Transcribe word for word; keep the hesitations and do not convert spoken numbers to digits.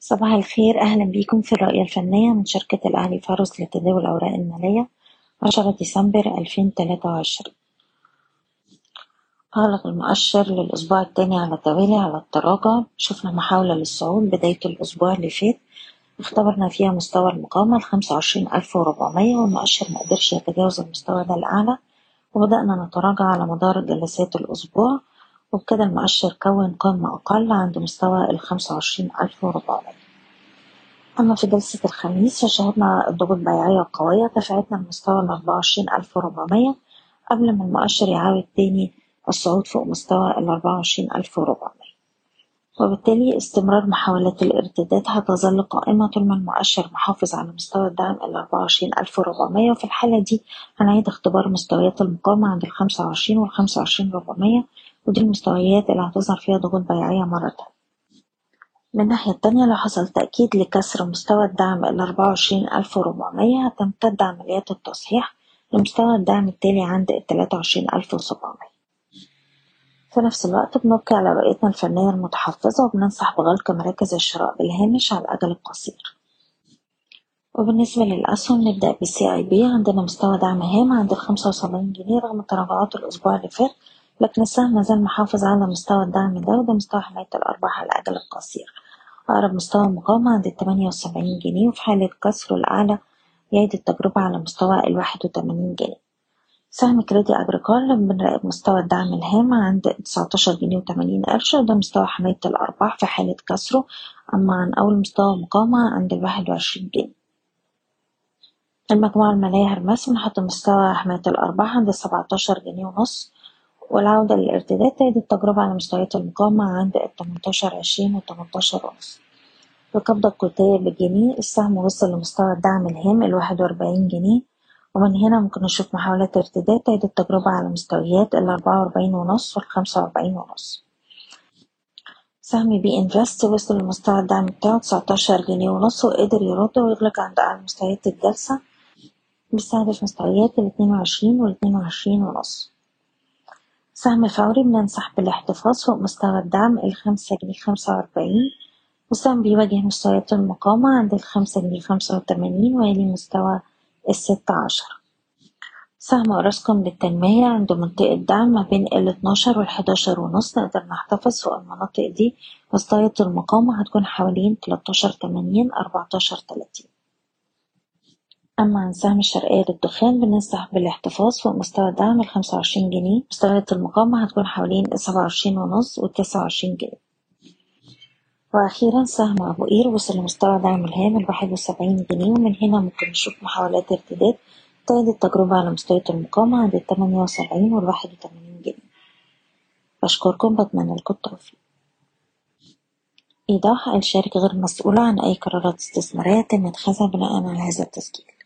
صباح الخير، أهلا بيكم في الرؤية الفنية من شركة الأهلي فارس لتداول الأوراق المالية عشرة ديسمبر ألفين وتلاتة وعشرين. أغلق المؤشر للأسبوع الثاني على التوالي على التراجع. شفنا محاولة للصعود بداية الأسبوع اللي فات، اختبرنا فيها مستوى المقاومة الخمسة وعشرين ألف وأربعمية والمؤشر مقدرش يتجاوز المستوى ده الأعلى، وبدأنا نتراجع على مدار جلسات الأسبوع، وبكده المؤشر كون قمة أقل عند مستوى الخمسة وعشرين ألف وأربعمية. أما في جلسة الخميس فشهدنا ضغوط بيعية قوية دفعتنا لمستوى الأربعة وعشرين ألف وأربعمية قبل ما المؤشر يعاود تاني الصعود فوق مستوى الأربعة وعشرين ألف وأربعمية، وبالتالي استمرار محاولات الارتداد هتظل قائمة طول ما المؤشر محافظ على مستوى الدعم الأربعة وعشرين ألف وأربعمية، وفي الحالة دي هنعيد اختبار مستويات المقاومة عند الخمسة وعشرين والخمسة وعشرين أربعمية، ودي المستويات اللي هتظهر فيها ضغوط بيعية مرة تانية. من الناحية التانية لو حصل تأكيد لكسر مستوى الدعم الأربعة وعشرين ألف وأربعمية هتمتد عمليات التصحيح لمستوى الدعم التالي عند التلاتة وعشرين ألف وسبعمية. في نفس الوقت بنبقي على رؤيتنا الفنية المتحفظة وبننصح بغلق مراكز الشراء بالهامش على الأجل القصير. وبالنسبة للأسهم نبدأ بالسي اي بي، عندنا مستوى دعم هام عند الخمسة وسبعين جنيه رغم تراجعات الأسبوع اللي فات، لكن السهم مازال محافظ على مستوى الدعم ده، وده مستوى حماية الأرباح على الأجل القصير. أقرب مستوى مقاومة عند التمانية وسبعين جنيه، وفي حالة كسره الأعلى يعيد التجربة على مستوى الواحد وتمانين جنيه. سهم كريدي أجريكول بنراقب مستوى الدعم الهام عند تسعتاشر جنيه وتمانين قرش، وده مستوى حماية الأرباح في حالة كسره. أما عن أول مستوى مقاومة عند الواحد وعشرين جنيه. المجموعة المالية هرمس بنحط مستوى حماية الأرباح عند سبعتاشر جنيه ونص، والعودة للارتداد تعيد التجربة على مستويات المقاومة عند التمنتاشر عشرين والتمنتاشر ونص. القبضة القوتية بالجنيه، السهم وصل لمستوى الدعم الهام الواحد وأربعين جنيه، ومن هنا ممكن نشوف محاولات ارتداد تعيد التجربة على مستويات الأربعة وأربعين ونص والخمسة وأربعين ونص. سهم بي انفست وصل لمستوى الدعم بتاعه تسعتاشر جنيه ونص، وقدر يرد ويغلق عند أعلى مستويات الجلسة بيستهدف مستويات الاتنين وعشرين والاتنين وعشرين ونص. سهم فوري بننصح بالاحتفاظ فوق مستوى الدعم الخمسة جنيه خمسة وأربعين، والسهم بيواجه مستويات المقاومة عند الخمسة جنيه خمسة وتمانين ويلي مستوى الستة عشر. سهم أوراسكوم للتنمية عنده منطقة دعم ما بين الاتناشر والحداشر ونص، نقدر نحتفظ فوق المناطق دي. مستويات المقاومة هتكون حوالين تلاتاشر تمانين أربعتاشر تلاتين. أما عن سهم الشرقية للدخان بننصح بالاحتفاظ فوق مستوى الدعم الخمسة وعشرين جنيه، مستويات المقاومة هتكون حوالين السبعة وعشرين ونص والتسعة وعشرين جنيه. وأخيرا سهم أبو قير وصل لمستوى دعم الهام الواحد وسبعين جنيه، ومن هنا ممكن نشوف محاولات ارتداد تعيد التجربة على مستويات المقاومة عند التمانية وسبعين والواحد وتمانين جنيه. بشكركم، بتمنى لكم التوفيق. إيضاح: الشركة غير مسؤولة عن أي قرارات استثمارية تم اتخاذها بناء على هذا التسجيل.